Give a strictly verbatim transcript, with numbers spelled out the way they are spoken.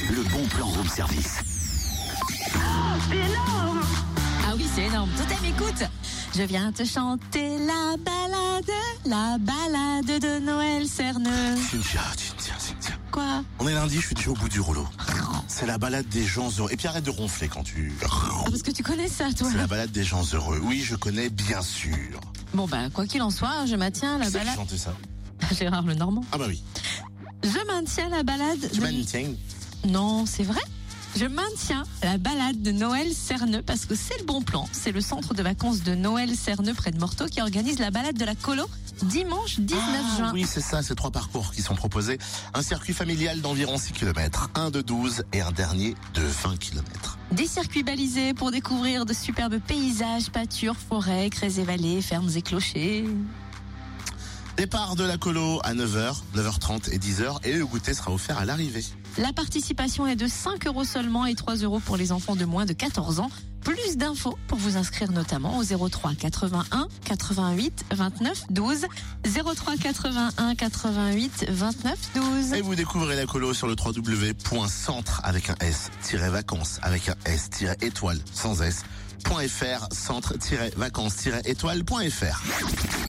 le bon plan room service. C'est énorme! Ah oui, c'est énorme. Totem, écoute. Je viens te chanter la balade, la balade de Noël Cerneux. Cynthia, Cynthia, Cynthia. Quoi? On est lundi, je suis déjà au bout du rouleau. C'est la balade des gens heureux. Et puis arrête de ronfler quand tu... Ah, parce que tu connais ça, toi. C'est la balade des gens heureux. Oui, je connais, bien sûr. Bon, bah, quoi qu'il en soit, je maintiens la Qui c'est qui balade. chantait ça? Gérard Lenormand. Ah bah oui. Je maintiens la balade. Tu de- maintiens. Non, c'est vrai. Je maintiens la balade de Noël Cerneux parce que c'est le bon plan. C'est le centre de vacances de Noël Cerneux près de Morteau qui organise la balade de la colo dimanche dix-neuf Ah, juin. oui, c'est ça, c'est trois parcours qui sont proposés. Un circuit familial d'environ six kilomètres, un de douze et un dernier de vingt kilomètres. Des circuits balisés pour découvrir de superbes paysages, pâtures, forêts, craies et vallées, fermes et clochers. Départ de la colo à neuf heures, neuf heures trente et dix heures et le goûter sera offert à l'arrivée. La participation est de cinq euros seulement et trois euros pour les enfants de moins de quatorze ans. Plus d'infos pour vous inscrire notamment au zéro trois quatre-vingt-un quatre-vingt-huit vingt-neuf douze. zéro trois quatre-vingt-un quatre-vingt-huit vingt-neuf douze. Et vous découvrez la colo sur le w w w point centre avec un S, tiret vacances avec un S, tiret étoile sans S, point fr, centre, tiret vacances, tiret étoile, point fr.